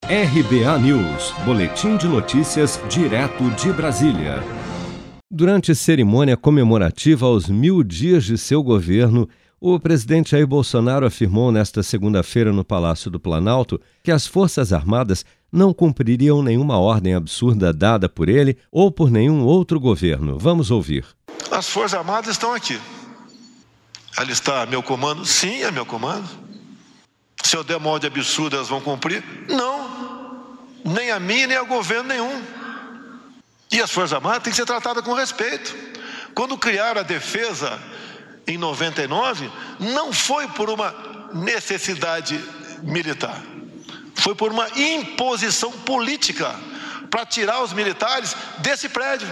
RBA News, boletim de notícias direto de Brasília. Durante cerimônia comemorativa aos 1000 dias de seu governo, o presidente Jair Bolsonaro afirmou nesta segunda-feira no Palácio do Planalto que as Forças Armadas não cumpririam nenhuma ordem absurda dada por ele ou por nenhum outro governo. Vamos ouvir. As Forças Armadas estão aqui. Ali está meu comando? Sim, é meu comando. Se eu der uma ordem absurda, elas vão cumprir? Não. Nem a mim, nem a governo nenhum. E as Forças Armadas têm que ser tratadas com respeito. Quando criaram a defesa em 99, não foi por uma necessidade militar. Foi por uma imposição política para tirar os militares desse prédio.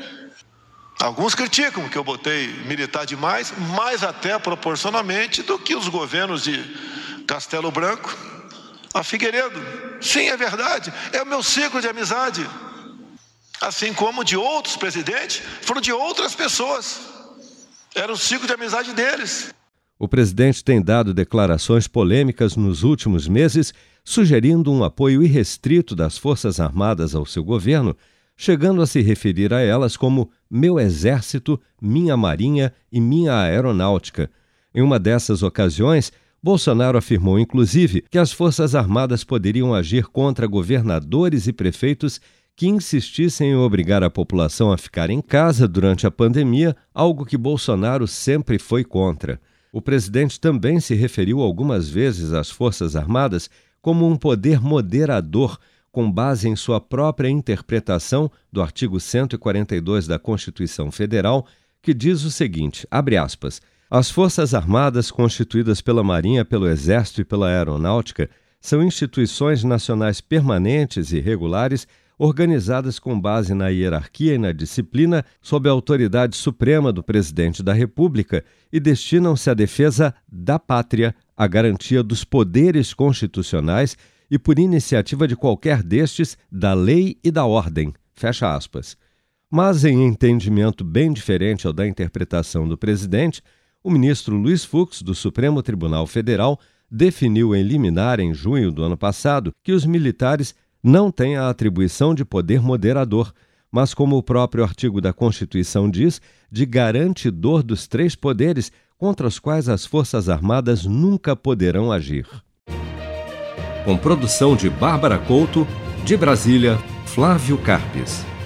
Alguns criticam que eu botei militar demais, mais até proporcionalmente do que os governos de Castelo Branco, a Figueiredo. Sim, é verdade, é o meu ciclo de amizade. Assim como de outros presidentes, foram de outras pessoas. Era o ciclo de amizade deles. O presidente tem dado declarações polêmicas nos últimos meses, sugerindo um apoio irrestrito das Forças Armadas ao seu governo, chegando a se referir a elas como meu exército, minha marinha e minha aeronáutica. Em uma dessas ocasiões, Bolsonaro afirmou, inclusive, que as Forças Armadas poderiam agir contra governadores e prefeitos que insistissem em obrigar a população a ficar em casa durante a pandemia, algo que Bolsonaro sempre foi contra. O presidente também se referiu algumas vezes às Forças Armadas como um poder moderador, com base em sua própria interpretação do artigo 142 da Constituição Federal, que diz o seguinte, abre aspas, as Forças Armadas, constituídas pela Marinha, pelo Exército e pela Aeronáutica, são instituições nacionais permanentes e regulares, organizadas com base na hierarquia e na disciplina, sob a autoridade suprema do Presidente da República e destinam-se à defesa da pátria, à garantia dos poderes constitucionais e, por iniciativa de qualquer destes, da lei e da ordem. Fecha aspas. Mas, em entendimento bem diferente ao da interpretação do presidente, o ministro Luiz Fux, do Supremo Tribunal Federal, definiu em liminar em junho do ano passado que os militares não têm a atribuição de poder moderador, mas, como o próprio artigo da Constituição diz, de garantidor dos três poderes contra os quais as Forças Armadas nunca poderão agir. Com produção de Bárbara Couto, de Brasília, Flávio Carpes.